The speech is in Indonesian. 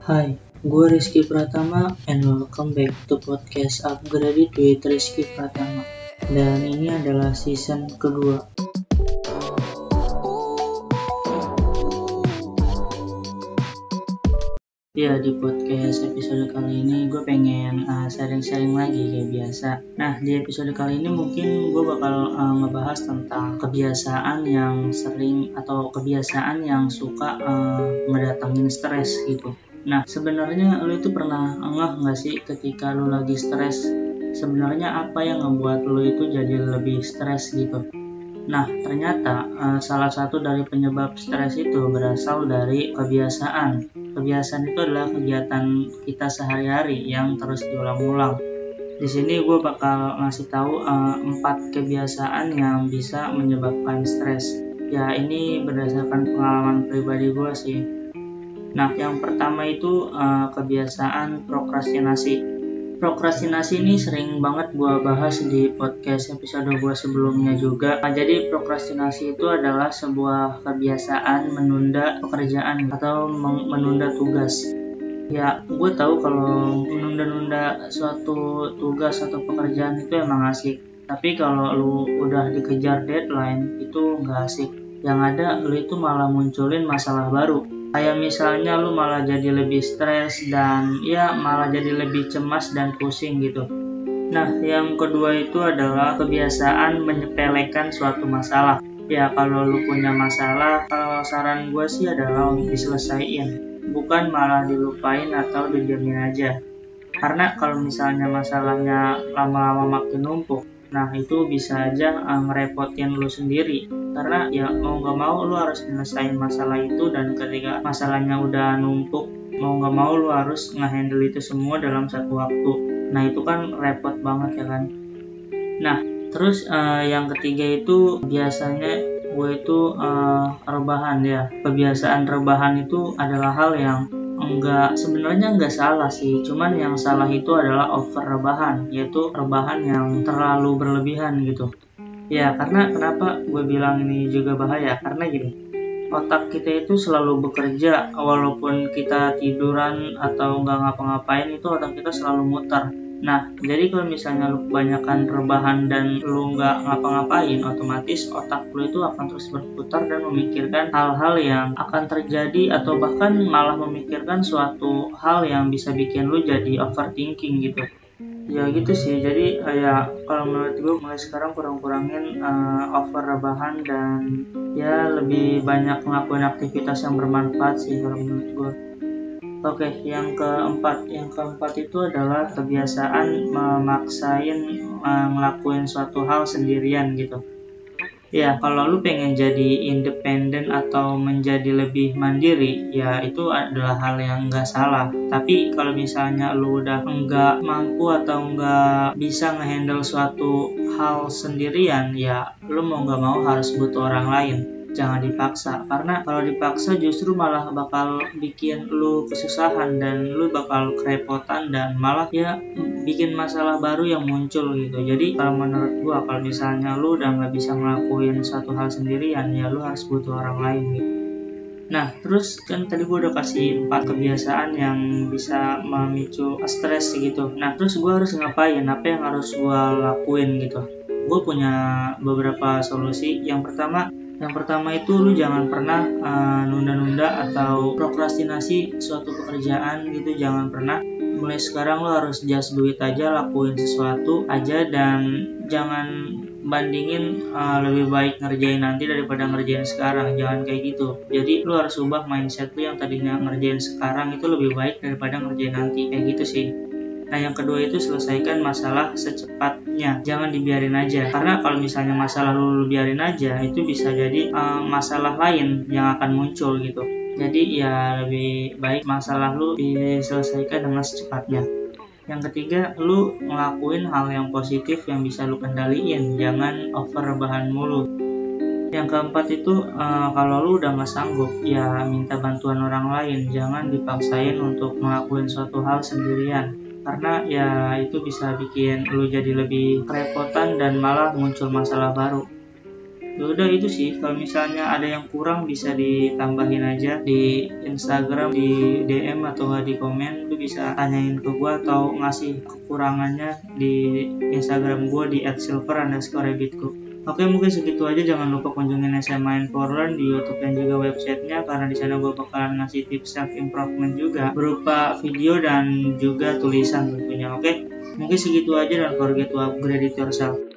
Hai, gue Rizky Pratama and welcome back to podcast Upgrade with Rizky Pratama. Dan ini adalah season kedua. Ya, di podcast episode kali ini gue pengen sharing-sharing lagi kayak biasa. Nah, di episode kali ini mungkin gue bakal ngebahas tentang kebiasaan yang sering atau kebiasaan yang suka ngedatengin stres gitu. Nah, sebenarnya lo itu pernah ngeh nggak sih ketika lo lagi stres? Sebenarnya apa yang ngebuat lo itu jadi lebih stres gitu? Nah, ternyata salah satu dari penyebab stres itu berasal dari kebiasaan. Kebiasaan itu adalah kegiatan kita sehari-hari yang terus diulang-ulang. Di sini gue bakal ngasih tahu 4 kebiasaan yang bisa menyebabkan stres. Ya, ini berdasarkan pengalaman pribadi gue sih. Nah, yang pertama itu kebiasaan prokrastinasi. Prokrastinasi ini sering banget gue bahas di podcast episode gue sebelumnya juga. Jadi prokrastinasi itu adalah sebuah kebiasaan menunda pekerjaan atau menunda tugas. Ya, gue tahu kalau menunda-nunda suatu tugas atau pekerjaan itu emang asik. Tapi kalau lu udah dikejar deadline itu nggak asik. Yang ada lu itu malah munculin masalah baru. Kayak misalnya lu malah jadi lebih stres dan ya malah jadi lebih cemas dan pusing gitu. Nah, yang kedua itu adalah kebiasaan menyepelekan suatu masalah. Ya, kalau lu punya masalah, kalau saran gue sih adalah untuk diselesaikan, bukan malah dilupain atau didiamin aja. Karena kalau misalnya masalahnya lama-lama makin numpuk, nah itu bisa aja ngerepotin lu sendiri. Karena ya mau gak mau lu harus nyelesain masalah itu, dan ketika masalahnya udah numpuk, mau gak mau lu harus ngehandle itu semua dalam satu waktu. Nah itu kan repot banget ya kan. Nah terus yang ketiga itu biasanya gue itu rebahan ya. Kebiasaan rebahan itu adalah hal yang sebenarnya enggak salah sih, cuman yang salah itu adalah over rebahan, yaitu rebahan yang terlalu berlebihan gitu. Ya, karena kenapa gue bilang ini juga bahaya? Karena gini, otak kita itu selalu bekerja, walaupun kita tiduran atau nggak ngapa-ngapain, itu otak kita selalu muter. Nah, jadi kalau misalnya lu kebanyakan rebahan dan lu nggak ngapa-ngapain, otomatis otak lu itu akan terus berputar dan memikirkan hal-hal yang akan terjadi, atau bahkan malah memikirkan suatu hal yang bisa bikin lu jadi overthinking gitu. Ya gitu sih, jadi ya kalau menurut gue mulai sekarang kurang-kurangin over rebahan dan ya lebih banyak ngelakuin aktivitas yang bermanfaat sih kalau menurut gue. Oke, yang keempat itu adalah kebiasaan memaksain ngelakuin suatu hal sendirian gitu. Ya, kalau lu pengen jadi independen atau menjadi lebih mandiri, ya itu adalah hal yang nggak salah. Tapi kalau misalnya lu udah nggak mampu atau nggak bisa ngehandle suatu hal sendirian, ya lu mau nggak mau harus butuh orang lain. Jangan dipaksa, karena kalau dipaksa justru malah bakal bikin lu kesusahan dan lu bakal kerepotan dan malah ya bikin masalah baru yang muncul gitu. Jadi kalau menurut gua, kalau misalnya lu udah nggak bisa ngelakuin satu hal sendirian, ya lu harus butuh orang lain gitu. Nah, terus kan tadi gue udah kasih 4 kebiasaan yang bisa memicu stres gitu. Nah, terus gue harus ngapain? Apa yang harus gue lakuin gitu? Gue punya beberapa solusi. Yang pertama itu lu jangan pernah nunda-nunda atau prokrastinasi suatu pekerjaan gitu. Jangan pernah. Mulai sekarang lu harus just do it aja, lakuin sesuatu aja, dan jangan bandingin lebih baik ngerjain nanti daripada ngerjain sekarang. Jangan kayak gitu. Jadi lu harus ubah mindset lu yang tadinya ngerjain sekarang itu lebih baik daripada ngerjain nanti, kayak gitu sih. Nah, yang kedua itu selesaikan masalah secepatnya. Jangan dibiarin aja. Karena kalau misalnya masalah lu biarin aja, itu bisa jadi masalah lain yang akan muncul gitu. Jadi ya lebih baik masalah lu diselesaikan dengan secepatnya. Yang ketiga, lu ngelakuin hal yang positif yang bisa lu kendaliin. Jangan over rebahan mulu. Yang keempat itu kalau lu udah gak sanggup, ya minta bantuan orang lain. Jangan dipaksain untuk ngelakuin suatu hal sendirian, karena ya itu bisa bikin lu jadi lebih kerepotan dan malah muncul masalah baru. Ya udah itu sih, kalau misalnya ada yang kurang bisa ditambahin aja di Instagram, di DM atau nggak di komen. Lu bisa tanyain ke gue atau ngasih kekurangannya di Instagram gue di @silver_rabbitku. Oke, mungkin segitu aja. Jangan lupa kunjungin SMA Inforlearn di YouTube dan juga websitenya, karena di sana gue bakalan ngasih tips self improvement juga berupa video dan juga tulisan tentunya. Oke, mungkin segitu aja, dan forget to upgrade it yourself.